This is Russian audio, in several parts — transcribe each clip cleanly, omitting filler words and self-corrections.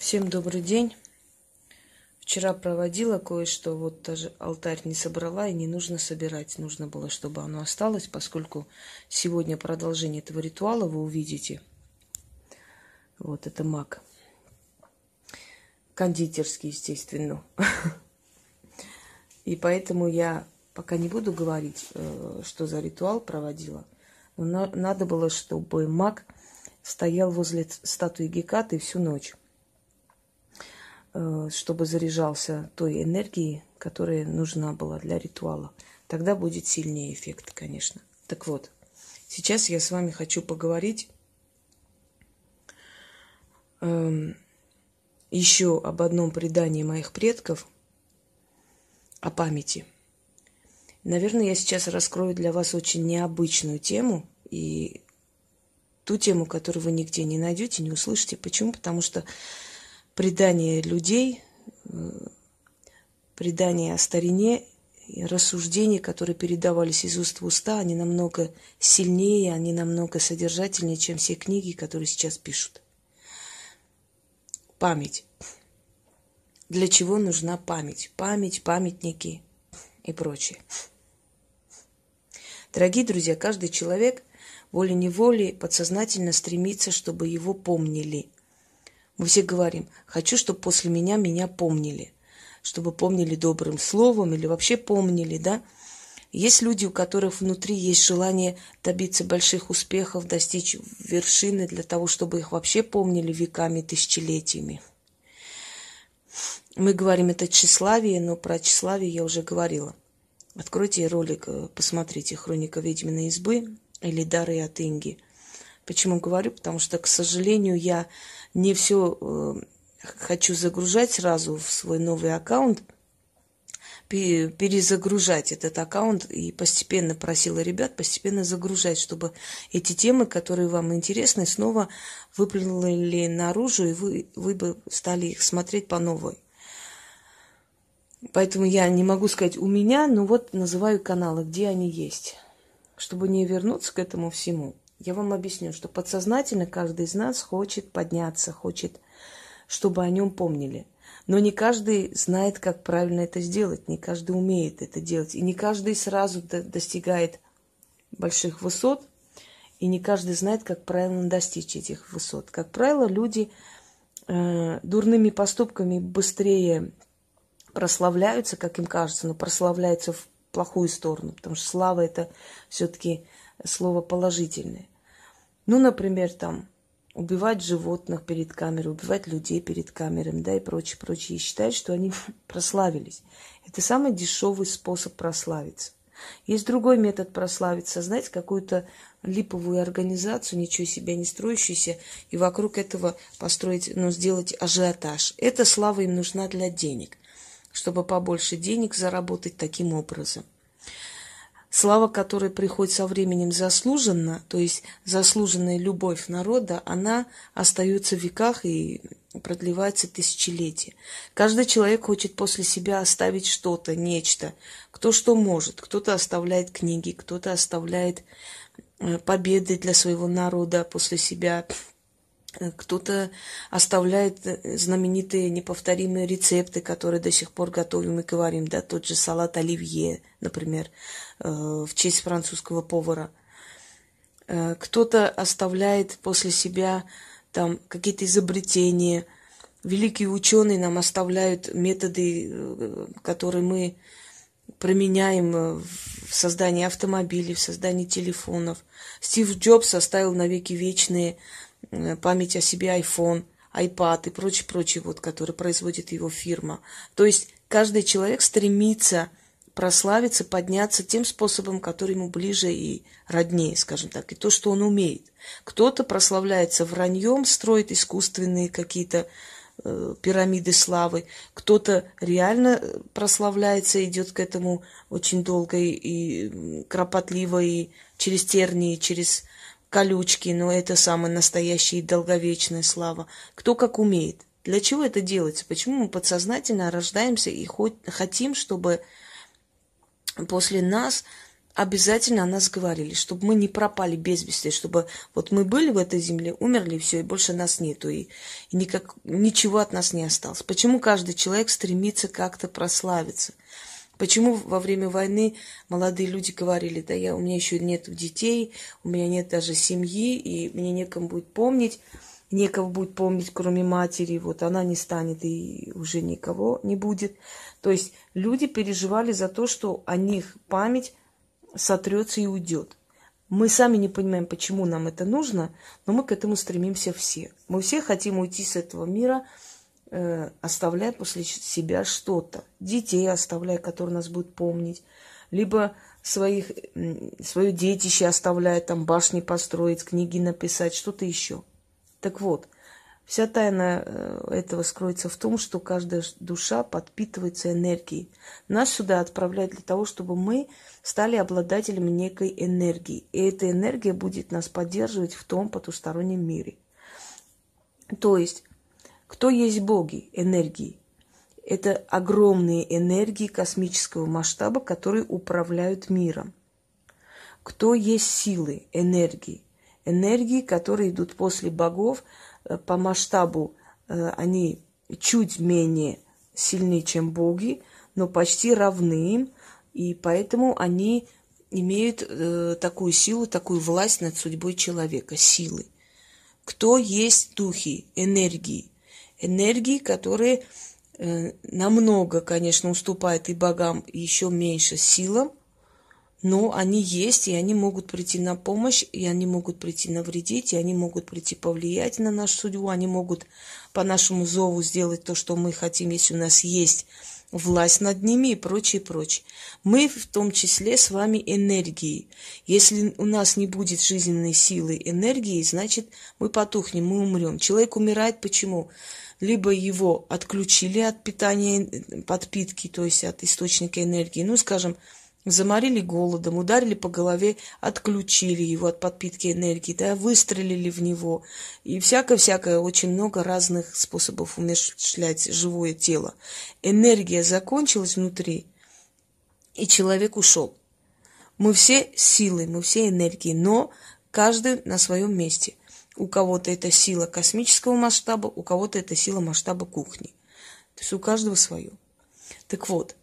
Всем добрый день. Вчера проводила кое-что, вот даже алтарь не собрала и не нужно собирать. Нужно было, чтобы оно осталось, поскольку сегодня продолжение этого ритуала вы увидите. Вот это маг. Кондитерский, естественно. И поэтому я пока не буду говорить, что за ритуал проводила. Но надо было, чтобы маг стоял возле статуи Гекаты всю ночь, чтобы заряжался той энергией, которая нужна была для ритуала. Тогда будет сильнее эффект, конечно. Так вот, сейчас я с вами хочу поговорить еще об одном предании моих предков, о памяти. Наверное, я сейчас раскрою для вас очень необычную тему и ту тему, которую вы нигде не найдете, не услышите. Почему? Потому что предания людей, предания о старине, рассуждения, которые передавались из уст в уста, они намного сильнее, они намного содержательнее, чем все книги, которые сейчас пишут. Память. Для чего нужна память? Память, памятники и прочее. Дорогие друзья, каждый человек волей-неволей подсознательно стремится, чтобы его помнили. Мы все говорим: хочу, чтобы после меня помнили. Чтобы помнили добрым словом или вообще помнили, да? Есть люди, у которых внутри есть желание добиться больших успехов, достичь вершины для того, чтобы их вообще помнили веками, тысячелетиями. Мы говорим, это тщеславие, но про тщеславие я уже говорила. Откройте ролик, посмотрите «Хроника ведьминой избы» или «Дары от Инги». Почему говорю? Потому что, к сожалению, я не все хочу загружать сразу в свой новый аккаунт, перезагружать этот аккаунт, и постепенно просила ребят постепенно загружать, чтобы эти темы, которые вам интересны, снова выплыли наружу, и вы бы стали их смотреть по новой. Поэтому я не могу сказать у меня, но вот называю каналы, где они есть. Чтобы не вернуться к этому всему, я вам объясню, что подсознательно каждый из нас хочет подняться, хочет, чтобы о нем помнили. Но не каждый знает, как правильно это сделать, не каждый умеет это делать. И не каждый сразу достигает больших высот, и не каждый знает, как правильно достичь этих высот. Как правило, люди дурными поступками быстрее прославляются, как им кажется, но прославляются в плохую сторону, потому что слава – это все-таки слово положительное. Ну, например, там, убивать животных перед камерой, убивать людей перед камерами, да, и прочее, прочее. И считать, что они прославились. Это самый дешевый способ прославиться. Есть другой метод прославиться. Знаете, какую-то липовую организацию, ничего себе не строящуюся, и вокруг этого построить, сделать ажиотаж. Эта слава им нужна для денег, чтобы побольше денег заработать таким образом. Слава, которая приходит со временем заслуженно, то есть заслуженная любовь народа, она остается в веках и продлевается тысячелетия. Каждый человек хочет после себя оставить что-то, нечто. Кто что может. Кто-то оставляет книги, кто-то оставляет победы для своего народа после себя. Кто-то оставляет знаменитые неповторимые рецепты, которые до сих пор готовим и говорим, да, тот же салат оливье, например, в честь французского повара. Кто-то оставляет после себя там какие-то изобретения. Великие ученые нам оставляют методы, которые мы применяем в создании автомобилей, в создании телефонов. Стив Джобс оставил навеки вечные память о себе iPhone, iPad и прочее, вот, который производит его фирма. То есть каждый человек стремится прославиться, подняться тем способом, который ему ближе и роднее, скажем так, и то, что он умеет. Кто-то прославляется враньем, строит искусственные какие-то пирамиды славы, кто-то реально прославляется, идет к этому очень долго и кропотливо, и через тернии, через колючки, но это самая настоящая и долговечная слава. Кто как умеет. Для чего это делается? Почему мы подсознательно рождаемся и хотим, чтобы после нас обязательно о нас говорили, чтобы мы не пропали без вести, чтобы вот мы были в этой земле, умерли, все, и больше нас нету, и ничего от нас не осталось. Почему каждый человек стремится как-то прославиться? Почему во время войны молодые люди говорили, да, у меня еще нет детей, у меня нет даже семьи, и мне некому будет помнить, некого будет помнить, кроме матери, вот она не станет, и уже никого не будет. То есть люди переживали за то, что о них память сотрется и уйдет. Мы сами не понимаем, почему нам это нужно, но мы к этому стремимся все. Мы все хотим уйти с этого мира, оставляя после себя что-то. Детей оставляя, которые нас будут помнить. Либо свое детище оставляя, там башни построить, книги написать, что-то еще. Так вот, вся тайна этого скроется в том, что каждая душа подпитывается энергией. Нас сюда отправляют для того, чтобы мы стали обладателями некой энергии. И эта энергия будет нас поддерживать в том потустороннем мире. То есть, кто есть боги энергии? Это огромные энергии космического масштаба, которые управляют миром. Кто есть силы энергии? Энергии, которые идут после богов, по масштабу они чуть менее сильны, чем боги, но почти равны им, и поэтому они имеют такую силу, такую власть над судьбой человека, силы. Кто есть духи энергии? Энергии, которые намного, конечно, уступают и богам, и еще меньше силам, но они есть, и они могут прийти на помощь, и они могут прийти навредить, и они могут прийти повлиять на нашу судьбу, они могут по нашему зову сделать то, что мы хотим, если у нас есть власть над ними и прочее, прочее. Мы в том числе с вами энергией. Если у нас не будет жизненной силы энергии, значит, мы потухнем, мы умрем. Человек умирает почему? Либо его отключили от питания, подпитки, то есть от источника энергии, ну, скажем, заморили голодом, ударили по голове, отключили его от подпитки энергии, да, выстрелили в него. И всякое-всякое, очень много разных способов умерщвлять живое тело. Энергия закончилась внутри, и человек ушел. Мы все силы, мы все энергии, но каждый на своем месте. У кого-то это сила космического масштаба, у кого-то это сила масштаба кухни. То есть у каждого свое. Так вот,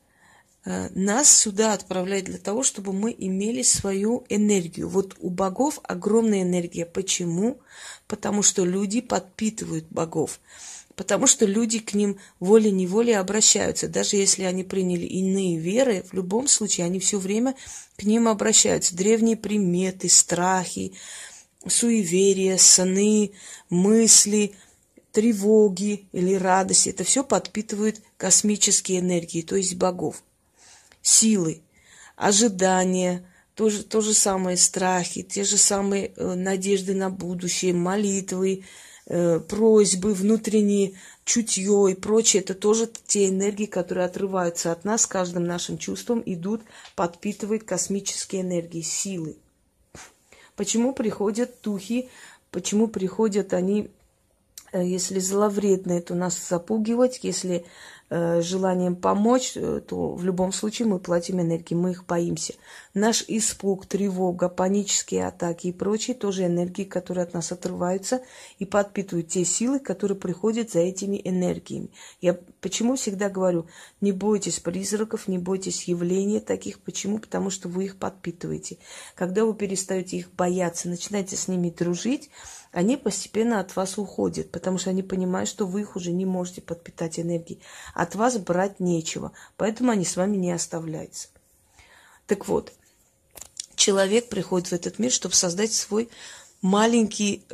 нас сюда отправляют для того, чтобы мы имели свою энергию. Вот у богов огромная энергия. Почему? Потому что люди подпитывают богов. Потому что люди к ним волей-неволей обращаются. Даже если они приняли иные веры, в любом случае они все время к ним обращаются. Древние приметы, страхи, суеверия, сны, мысли, тревоги или радости. Это все подпитывает космические энергии, то есть богов. Силы, ожидания, то же самое страхи, те же самые надежды на будущее, молитвы, просьбы, внутренние чутье и прочее. Это тоже те энергии, которые отрываются от нас, каждым нашим чувством идут, подпитывают космические энергии, силы. Почему приходят духи, почему приходят они, если зловредные, то нас запугивать, если желанием помочь, то в любом случае мы платим энергией, мы их боимся. Наш испуг, тревога, панические атаки и прочие тоже энергии, которые от нас отрываются и подпитывают те силы, которые приходят за этими энергиями. Я почему всегда говорю, не бойтесь призраков, не бойтесь явлений таких. Почему? Потому что вы их подпитываете. Когда вы перестаете их бояться, начинаете с ними дружить, они постепенно от вас уходят, потому что они понимают, что вы их уже не можете подпитать энергией. От вас брать нечего, поэтому они с вами не оставляются. Так вот, человек приходит в этот мир, чтобы создать свой маленький,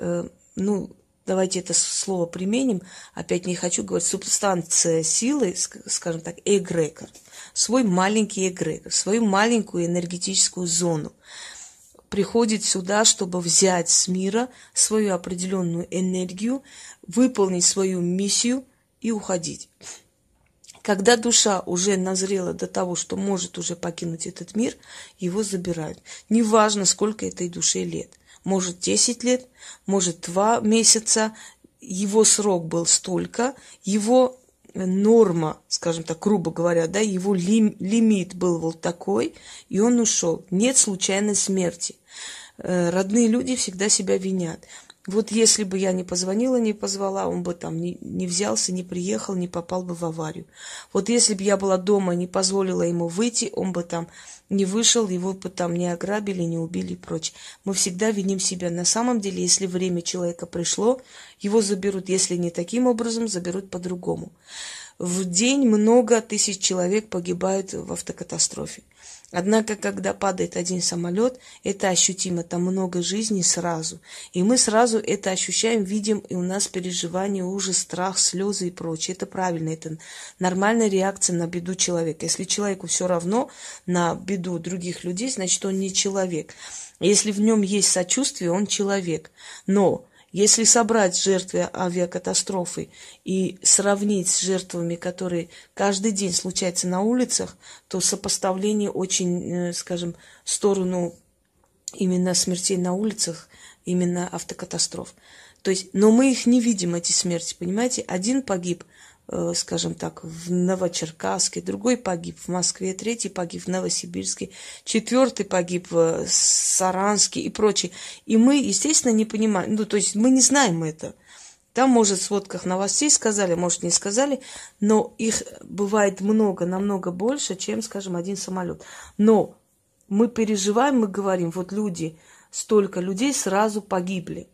давайте это слово применим, опять не хочу говорить, субстанция силы, скажем так, эгрегор, свой маленький эгрегор, свою маленькую энергетическую зону. Приходит сюда, чтобы взять с мира свою определенную энергию, выполнить свою миссию и уходить. Когда душа уже назрела до того, что может уже покинуть этот мир, его забирают. Неважно, сколько этой душе лет. Может 10 лет, может 2 месяца. Его срок был столько, его норма, скажем так, грубо говоря, да, его лимит был вот такой, и он ушел. Нет случайной смерти. Родные люди всегда себя винят. Вот если бы я не позвонила, не позвала, он бы там не взялся, не приехал, не попал бы в аварию. Вот если бы я была дома, не позволила ему выйти, он бы там не вышел, его бы там не ограбили, не убили и прочее. Мы всегда виним себя. На самом деле, если время человека пришло, его заберут. Если не таким образом, заберут по-другому. В день много тысяч человек погибают в автокатастрофе. Однако, когда падает один самолет, это ощутимо, там много жизней сразу. И мы сразу это ощущаем, видим, и у нас переживания, ужас, страх, слезы и прочее. Это правильно, это нормальная реакция на беду человека. Если человеку все равно на беду других людей, значит, он не человек. Если в нем есть сочувствие, он человек. Но если собрать жертвы авиакатастрофы и сравнить с жертвами, которые каждый день случаются на улицах, то сопоставление очень, скажем, в сторону именно смертей на улицах, именно автокатастроф. То есть, но мы их не видим, эти смерти, понимаете? Один погиб, скажем так, в Новочеркасске, другой погиб в Москве, третий погиб в Новосибирске, четвертый погиб в Саранске и прочее. И мы, естественно, не понимаем, ну, то есть мы не знаем это. Там, может, в сводках новостей сказали, может, не сказали, но их бывает много, намного больше, чем, скажем, один самолет. Но мы переживаем, мы говорим, вот люди, столько людей сразу погибли.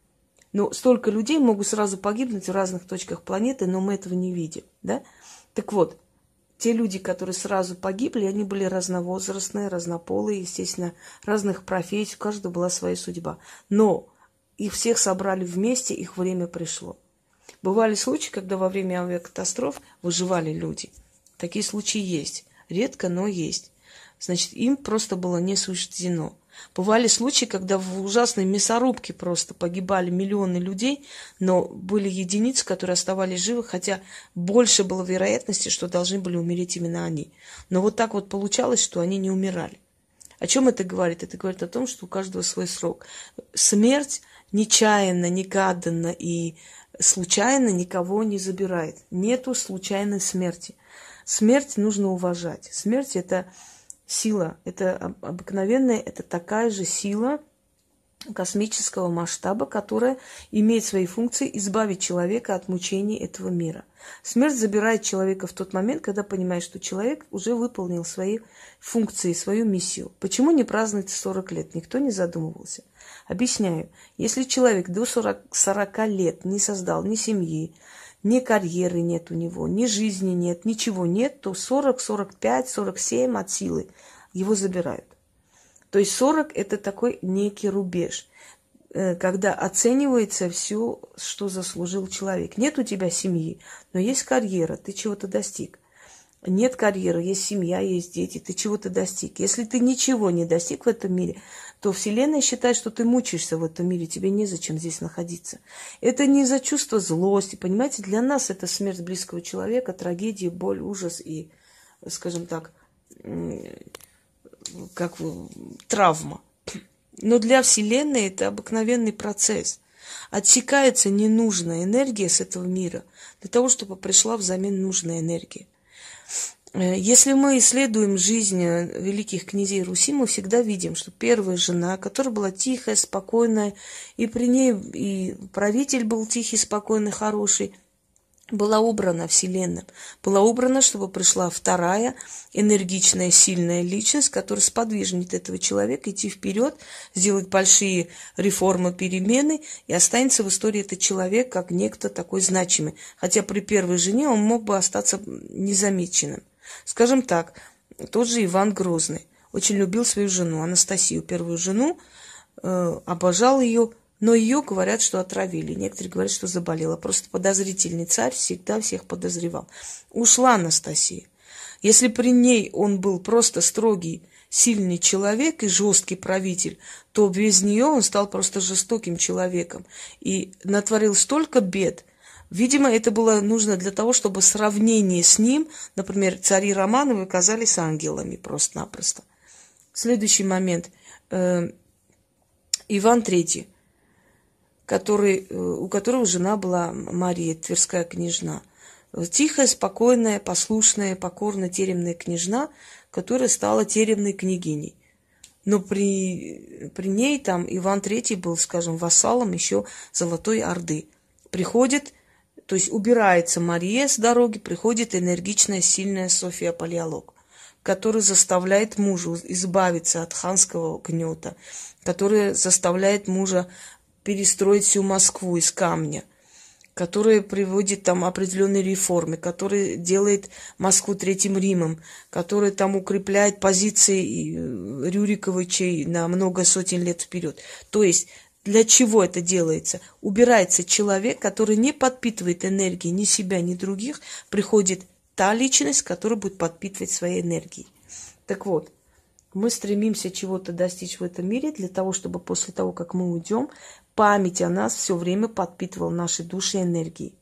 Но столько людей могут сразу погибнуть в разных точках планеты, но мы этого не видим, да? Так вот, те люди, которые сразу погибли, они были разновозрастные, разнополые, естественно, разных профессий, у каждого была своя судьба. Но их всех собрали вместе, их время пришло. Бывали случаи, когда во время авиакатастроф выживали люди. Такие случаи есть. Редко, но есть. Значит, им просто было не суждено. Бывали случаи, когда в ужасной мясорубке просто погибали миллионы людей, но были единицы, которые оставались живы, хотя больше было вероятности, что должны были умереть именно они. Но вот так вот получалось, что они не умирали. О чем это говорит? Это говорит о том, что у каждого свой срок. Смерть нечаянно, негаданно и случайно никого не забирает. Нету случайной смерти. Смерть нужно уважать. Смерть – это сила, это обыкновенная, это такая же сила космического масштаба, которая имеет свои функции избавить человека от мучений этого мира. Смерть забирает человека в тот момент, когда понимает, что человек уже выполнил свои функции, свою миссию. Почему не празднуется 40 лет? Никто не задумывался. Объясняю. Если человек до 40 лет не создал ни семьи, ни карьеры нет у него, ни жизни нет, ничего нет, то 40, 45, 47 от силы его забирают. То есть 40 – это такой некий рубеж, когда оценивается все, что заслужил человек. Нет у тебя семьи, но есть карьера, ты чего-то достиг. Нет карьеры, есть семья, есть дети, ты чего-то достиг. Если ты ничего не достиг в этом мире, то Вселенная считает, что ты мучаешься в этом мире, тебе незачем здесь находиться. Это не за чувство злости, понимаете? Для нас это смерть близкого человека, трагедия, боль, ужас и, скажем так, как травма. Но для Вселенной это обыкновенный процесс. Отсекается ненужная энергия с этого мира для того, чтобы пришла взамен нужная энергия. Если мы исследуем жизнь великих князей Руси, мы всегда видим, что первая жена, которая была тихая, спокойная, и при ней и правитель был тихий, спокойный, хороший, была убрана Вселенной. Была убрана, чтобы пришла вторая энергичная, сильная личность, которая сподвижнит этого человека идти вперед, сделать большие реформы, перемены, и останется в истории этот человек как некто такой значимый. Хотя при первой жене он мог бы остаться незамеченным. Скажем так, тот же Иван Грозный очень любил свою жену, Анастасию, первую жену, обожал ее, но ее говорят, что отравили. Некоторые говорят, что заболела. Просто подозрительный царь всегда всех подозревал. Ушла Анастасия. Если при ней он был просто строгий, сильный человек и жесткий правитель, то без нее он стал просто жестоким человеком и натворил столько бед. Видимо, это было нужно для того, чтобы сравнение с ним, например, цари Романовы казались ангелами просто-напросто. Следующий момент. Иван III, у которого жена была Мария, Тверская княжна. Тихая, спокойная, послушная, покорная теремная княжна, которая стала теремной княгиней. Но при ней там Иван III был, скажем, вассалом еще Золотой Орды. Приходит, то есть убирается Мария с дороги, приходит энергичная, сильная Софья Палеолог, которая заставляет мужа избавиться от ханского гнета, которая заставляет мужа перестроить всю Москву из камня, которая приводит там определенные реформы, которая делает Москву Третьим Римом, которая там укрепляет позиции Рюриковичей на много сотен лет вперед. То есть для чего это делается? Убирается человек, который не подпитывает энергией ни себя, ни других, приходит та личность, которая будет подпитывать своей энергией. Так вот, мы стремимся чего-то достичь в этом мире для того, чтобы после того, как мы уйдем, память о нас все время подпитывала наши души энергией.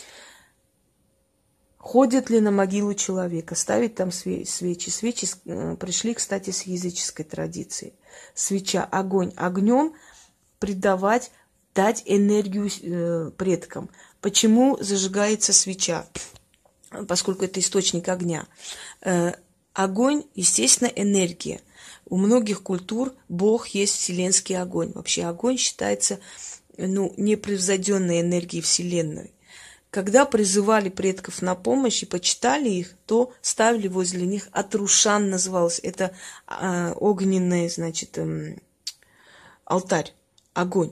Ходят ли на могилу человека, ставить там свечи. Свечи пришли, кстати, с языческой традиции. Свеча, огонь. Огнем придавать, дать энергию предкам. Почему зажигается свеча? Поскольку это источник огня. Огонь, естественно, энергия. У многих культур Бог есть вселенский огонь. Вообще огонь считается непревзойденной энергией Вселенной. Когда призывали предков на помощь и почитали их, то ставили возле них Атрушан, называлось. Это огненный, значит, алтарь, огонь.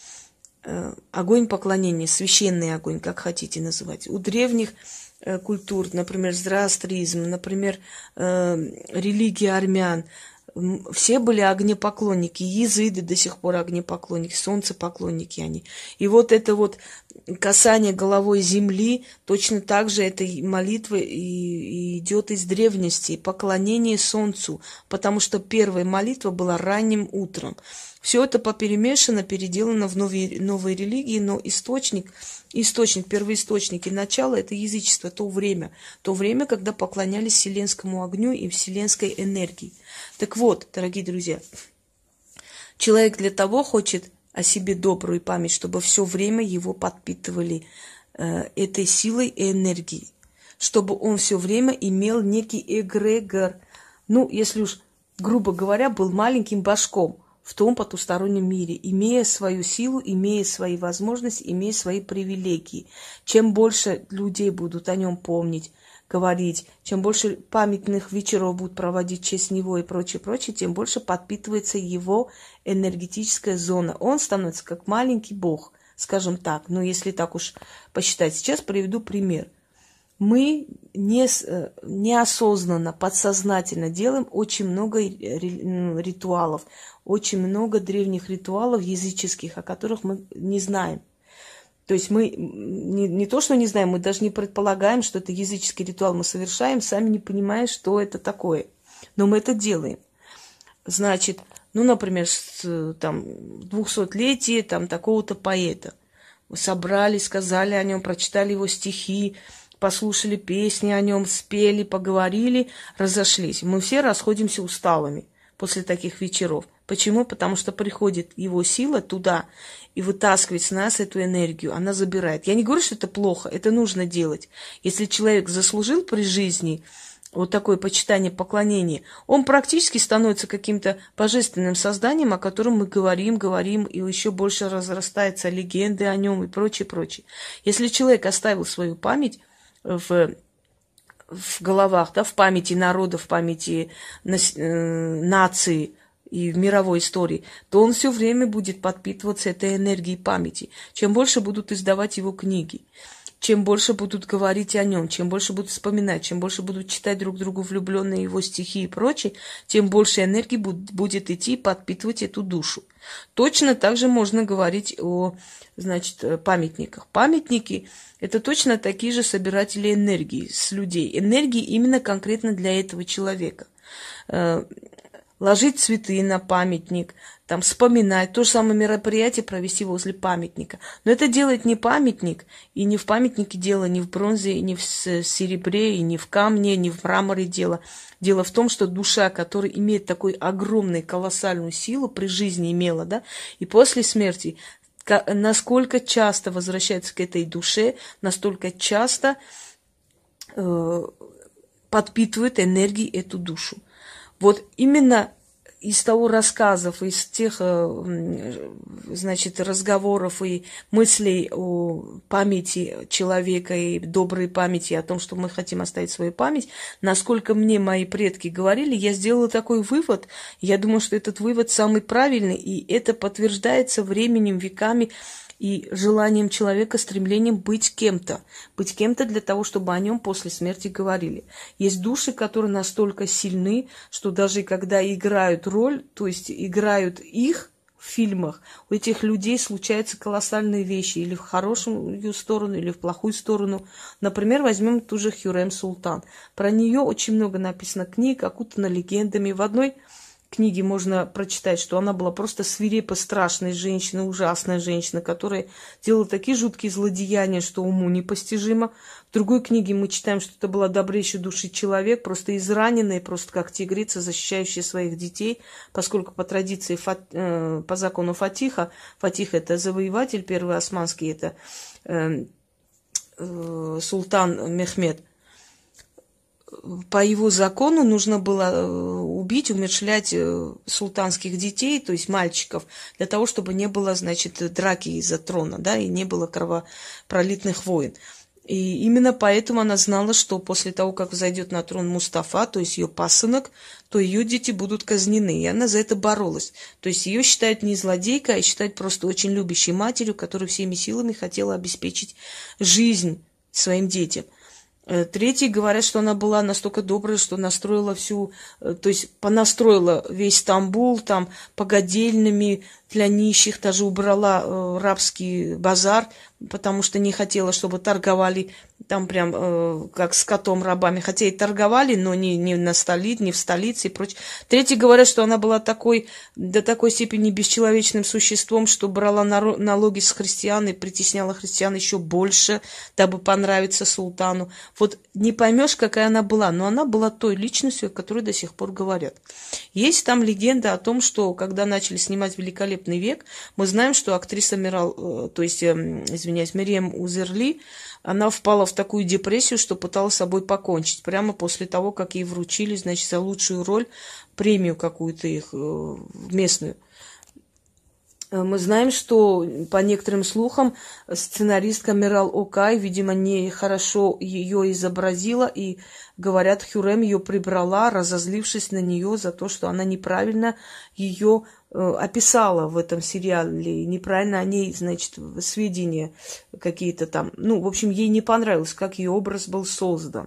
Огонь поклонения, священный огонь, как хотите называть. У древних культур, например, зороастризм, например, религия армян, все были огнепоклонники, езиды до сих пор огнепоклонники, солнцепоклонники они. И вот это вот касание головой земли, точно так же эта молитва и идет из древности, поклонение солнцу, потому что первая молитва была ранним утром. Все это поперемешано, переделано в новые религии, но источник, первоисточник и начало – это язычество, то время, когда поклонялись вселенскому огню и вселенской энергии. Так вот, дорогие друзья, человек для того хочет о себе добрую память, чтобы все время его подпитывали этой силой и энергией, чтобы он все время имел некий эгрегор, если уж, грубо говоря, был маленьким башком в том потустороннем мире, имея свою силу, имея свои возможности, имея свои привилегии. Чем больше людей будут о нем помнить, говорить, чем больше памятных вечеров будут проводить в честь него и прочее, тем больше подпитывается его энергетическая зона. Он становится как маленький бог, скажем так. Но если так уж посчитать, сейчас приведу пример. Мы неосознанно, подсознательно делаем очень много ритуалов, очень много древних ритуалов языческих, о которых мы не знаем. То есть мы не то, что не знаем, мы даже не предполагаем, что это языческий ритуал мы совершаем, сами не понимая, что это такое. Но мы это делаем. Значит, например, там 200-летие там такого-то поэта. Мы собрались, сказали о нем, прочитали его стихи, послушали песни о нем, спели, поговорили, разошлись. Мы все расходимся усталыми после таких вечеров. Почему? Потому что приходит его сила туда и вытаскивает с нас эту энергию. Она забирает. Я не говорю, что это плохо, это нужно делать. Если человек заслужил при жизни вот такое почитание, поклонение, он практически становится каким-то божественным созданием, о котором мы говорим, и еще больше разрастаются легенды о нем и прочее. Если человек оставил свою память в головах, в памяти народа, в памяти нации и в мировой истории, то он все время будет подпитываться этой энергией памяти. Чем больше будут издавать его книги, чем больше будут говорить о нем, чем больше будут вспоминать, чем больше будут читать друг другу влюбленные его стихи и прочее, тем больше энергии будет идти подпитывать эту душу. Точно так же можно говорить о, памятниках. Памятники – это точно такие же собиратели энергии с людей. Энергии именно конкретно для этого человека. Ложить цветы на памятник, там вспоминать, то же самое мероприятие провести возле памятника. Но это делает не памятник, и не в памятнике дело, не в бронзе, и не в серебре, и не в камне, не в мраморе дело. Дело в том, что душа, которая имеет такую огромную, колоссальную силу, при жизни имела, и после смерти, насколько часто возвращается к этой душе, настолько часто подпитывают энергией эту душу. Вот именно из того рассказов, из тех, значит, разговоров и мыслей о памяти человека и доброй памяти, о том, что мы хотим оставить свою память, насколько мне мои предки говорили, я сделала такой вывод. Я думаю, что этот вывод самый правильный, и это подтверждается временем, веками, и желанием человека, стремлением быть кем-то. Быть кем-то для того, чтобы о нем после смерти говорили. Есть души, которые настолько сильны, что даже когда играют роль, то есть играют их в фильмах, у этих людей случаются колоссальные вещи. Или в хорошую сторону, или в плохую сторону. Например, возьмем ту же Хюррем Султан. Про нее очень много написано книг, окутано легендами. В одной книге можно прочитать, что она была просто свирепо страшной женщиной, ужасная женщина, которая делала такие жуткие злодеяния, что уму непостижимо. В другой книге мы читаем, что это была добрейшей души человек, просто израненная, просто как тигрица, защищающая своих детей, поскольку по традиции, по закону Фатиха, Фатих это завоеватель, первый османский, это султан Мехмед, по его закону нужно было убить, умерщвлять султанских детей, то есть мальчиков, для того, чтобы не было, значит, драки из-за трона, да, и не было кровопролитных войн. И именно поэтому она знала, что после того, как взойдет на трон Мустафа, то есть ее пасынок, то ее дети будут казнены. И она за это боролась. То есть ее считают не злодейкой, а считают просто очень любящей матерью, которая всеми силами хотела обеспечить жизнь своим детям. Третьи говорят, что она была настолько добрая, что настроила то есть понастроила весь Стамбул, там, погодельными для нищих, даже убрала рабский базар, потому что не хотела, чтобы торговали там прям как с котом рабами. Хотя и торговали, но не в столице и прочее. Третьи говорят, что она была до такой степени бесчеловечным существом, что брала налоги с христиан и притесняла христиан еще больше, дабы понравиться султану. Вот не поймешь, какая она была, но она была той личностью, о которой до сих пор говорят. Есть там легенда о том, что когда начали снимать «Великолепный век», мы знаем, что актриса Мерием Узерли, она впала в такую депрессию, что пыталась с собой покончить. Прямо после того, как ей вручили, значит, за лучшую роль премию какую-то их местную. Мы знаем, что по некоторым слухам сценаристка Мерал Окай, видимо, не хорошо ее изобразила, и, говорят, Хюррем ее прибрала, разозлившись на нее за то, что она неправильно ее описала в этом сериале, неправильно о ней, значит, сведения какие-то там. Ну, в общем, ей не понравилось, как ее образ был создан.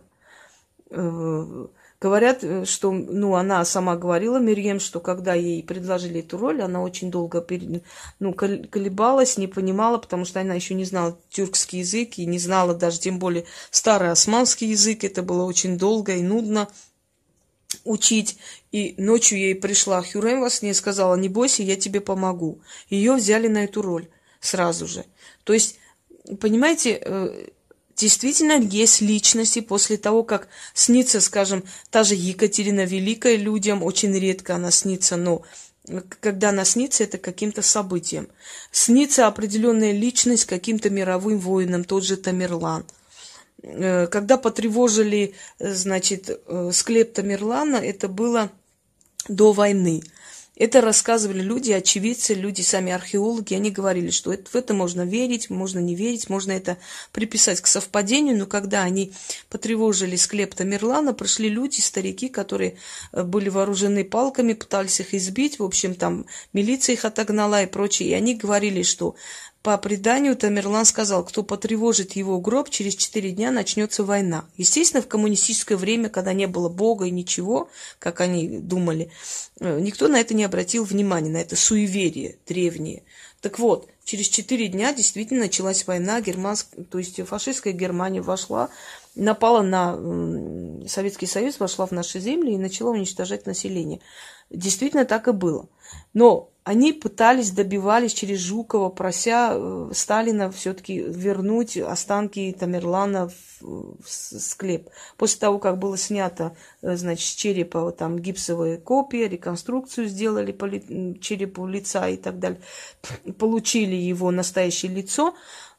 Говорят, что, она сама говорила, Мерьем, что когда ей предложили эту роль, она очень долго колебалась, не понимала, потому что она еще не знала тюркский язык и не знала даже, тем более, старый османский язык. Это было очень долго и нудно учить. И ночью ей пришла Хюррем во сне и сказала: не бойся, я тебе помогу. Ее взяли на эту роль сразу же. То есть, понимаете, действительно есть личности после того, как снится, скажем, та же Екатерина Великая людям, очень редко она снится, но когда она снится, это каким-то событием. Снится определенная личность каким-то мировым воином, тот же Тамерлан. Когда потревожили, значит, склеп Тамерлана, это было до войны. Это рассказывали люди, очевидцы, люди, сами археологи. Они говорили, что в это можно верить, можно не верить, можно это приписать к совпадению. Но когда они потревожили склеп Тамерлана, пришли люди, старики, которые были вооружены палками, пытались их избить. В общем, там милиция их отогнала и прочее. И они говорили, что по преданию Тамерлан сказал: кто потревожит его гроб, через 4 дня начнется война. Естественно, в коммунистическое время, когда не было Бога и ничего, как они думали, никто на это не обратил внимания, на это суеверие древнее. Так вот, через 4 дня действительно началась война, то есть фашистская Германия напала на Советский Союз, вошла в наши земли и начала уничтожать население. Действительно так и было. Но они добивались через Жукова, прося Сталина все-таки вернуть останки Тамерлана в склеп. После того, как было снято, значит, с черепа там гипсовые копии, реконструкцию сделали по черепу лица и так далее, получили его настоящее лицо,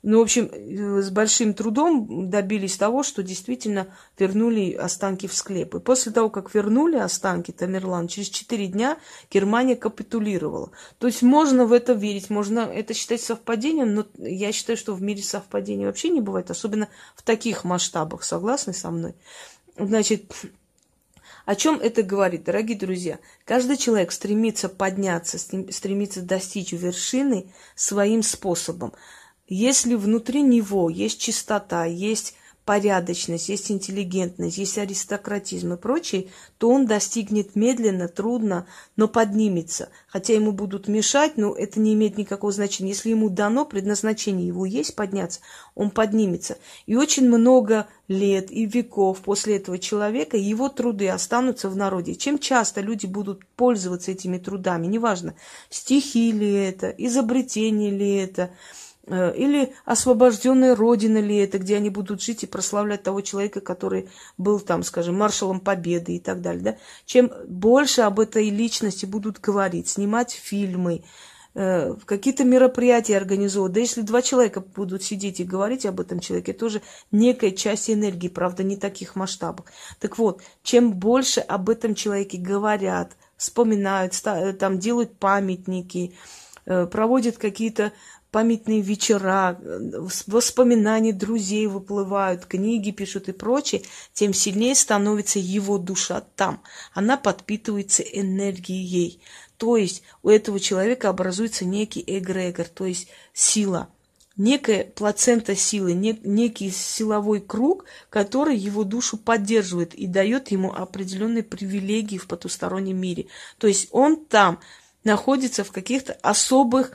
Ну, в общем, с большим трудом добились того, что действительно вернули останки в склеп. И после того, как вернули останки Тамерлана, через 4 дня Германия капитулировала. То есть можно в это верить, можно это считать совпадением, но я считаю, что в мире совпадений вообще не бывает, особенно в таких масштабах. Согласны со мной? Значит, о чем это говорит, дорогие друзья? Каждый человек стремится подняться, стремится достичь вершины своим способом. Если внутри него есть чистота, есть порядочность, есть интеллигентность, есть аристократизм и прочее, то он достигнет медленно, трудно, но поднимется. Хотя ему будут мешать, но это не имеет никакого значения. Если ему дано, предназначение его есть подняться, он поднимется. И очень много лет и веков после этого человека его труды останутся в народе. Чем часто люди будут пользоваться этими трудами, неважно, стихи ли это, изобретение ли это, или освобожденная родина ли это, где они будут жить и прославлять того человека, который был там, скажем, маршалом Победы и так далее. Да? Чем больше об этой личности будут говорить, снимать фильмы, какие-то мероприятия организовывать. Да если 2 человека будут сидеть и говорить об этом человеке, это тоже некая часть энергии, правда, не таких масштабах. Так вот, чем больше об этом человеке говорят, вспоминают, там делают памятники, проводят какие-то памятные вечера, воспоминания друзей выплывают, книги пишут и прочее, тем сильнее становится его душа там. Она подпитывается энергией. То есть у этого человека образуется некий эгрегор, то есть сила, некая плацента силы, некий силовой круг, который его душу поддерживает и дает ему определенные привилегии в потустороннем мире. То есть он там находится в каких-то особых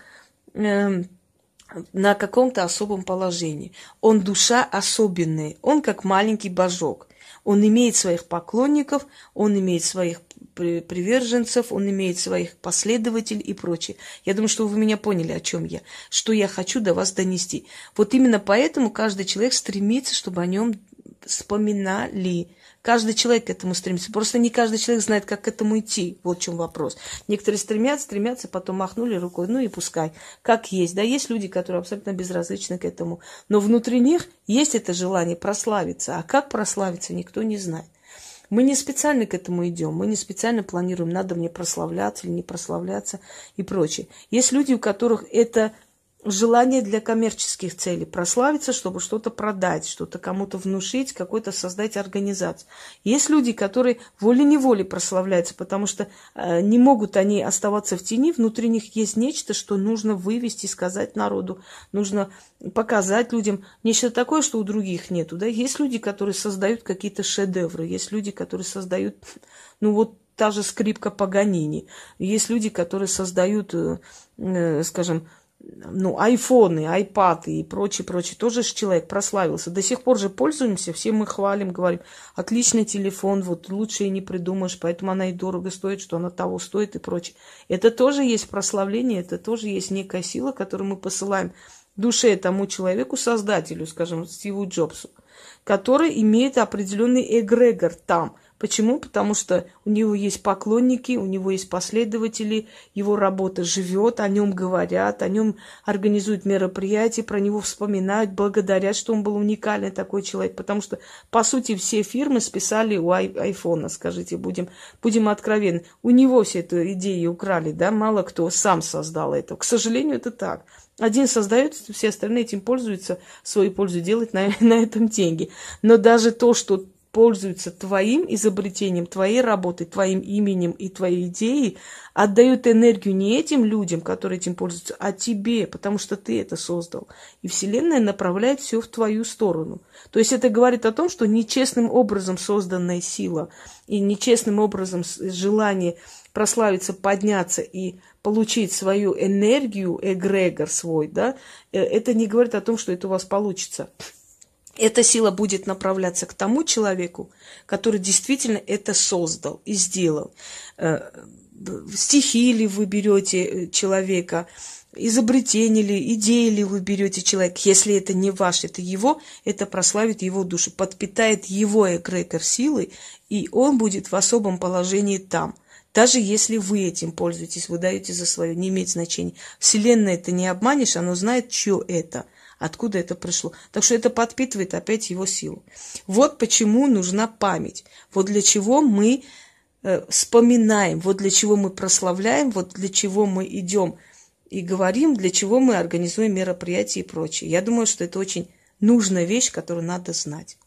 на каком-то особом положении. Он душа особенная, он как маленький божок. Он имеет своих поклонников, он имеет своих приверженцев, он имеет своих последователей и прочее. Я думаю, что вы меня поняли, о чем я, что я хочу до вас донести. Вот именно поэтому каждый человек стремится, чтобы о нем вспоминали. Каждый человек к этому стремится. Просто не каждый человек знает, как к этому идти. Вот в чем вопрос. Некоторые стремятся, потом махнули рукой, ну и пускай. Как есть. Да, есть люди, которые абсолютно безразличны к этому. Но внутри них есть это желание прославиться. А как прославиться, никто не знает. Мы не специально к этому идем. Мы не специально планируем, надо мне прославляться или не прославляться и прочее. Есть люди, у которых это желание для коммерческих целей, прославиться, чтобы что-то продать, что-то кому-то внушить, какой-то создать организацию. Есть люди, которые волей-неволей прославляются, потому что не могут они оставаться в тени, внутри них есть нечто, что нужно вывести, сказать народу, нужно показать людям нечто такое, что у других нету. Да? Есть люди, которые создают какие-то шедевры, есть люди, которые создают, ну вот, та же скрипка Паганини, есть люди, которые создают, скажем, айфоны, айпады и прочее. Тоже же человек прославился. До сих пор же пользуемся, все мы хвалим, говорим, отличный телефон, вот лучше и не придумаешь, поэтому она и дорого стоит, что она того стоит и прочее. Это тоже есть прославление, это тоже есть некая сила, которую мы посылаем душе тому человеку, создателю, скажем, Стиву Джобсу, который имеет определенный эгрегор там. Почему? Потому что у него есть поклонники, у него есть последователи, его работа живет, о нем говорят, о нем организуют мероприятия, про него вспоминают, благодарят, что он был уникальный такой человек. Потому что, по сути, все фирмы списали у айфона, скажите, будем откровенны. У него все эту идею украли, да, мало кто сам создал это. К сожалению, это так. Один создает, все остальные этим пользуются, свою пользу делают на этом деньги. Но даже то, что пользуются твоим изобретением, твоей работой, твоим именем и твоей идеей, отдают энергию не этим людям, которые этим пользуются, а тебе, потому что ты это создал. И Вселенная направляет все в твою сторону. То есть это говорит о том, что нечестным образом созданная сила и нечестным образом желание прославиться, подняться и получить свою энергию, эгрегор свой, да, это не говорит о том, что это у вас получится. Эта сила будет направляться к тому человеку, который действительно это создал и сделал. Стихи ли вы берете человека, изобретение ли, идеи ли вы берете человека. Если это не ваш, это его, это прославит его душу, подпитает его эгрегор силы, и он будет в особом положении там. Даже если вы этим пользуетесь, вы даете за свое, не имеет значения. Вселенная это не обманешь, она знает, что это. откуда это пришло. Так что это подпитывает опять его силу. Вот почему нужна память. Вот для чего мы вспоминаем, вот для чего мы прославляем, вот для чего мы идем и говорим, для чего мы организуем мероприятия и прочее. Я думаю, что это очень нужная вещь, которую надо знать.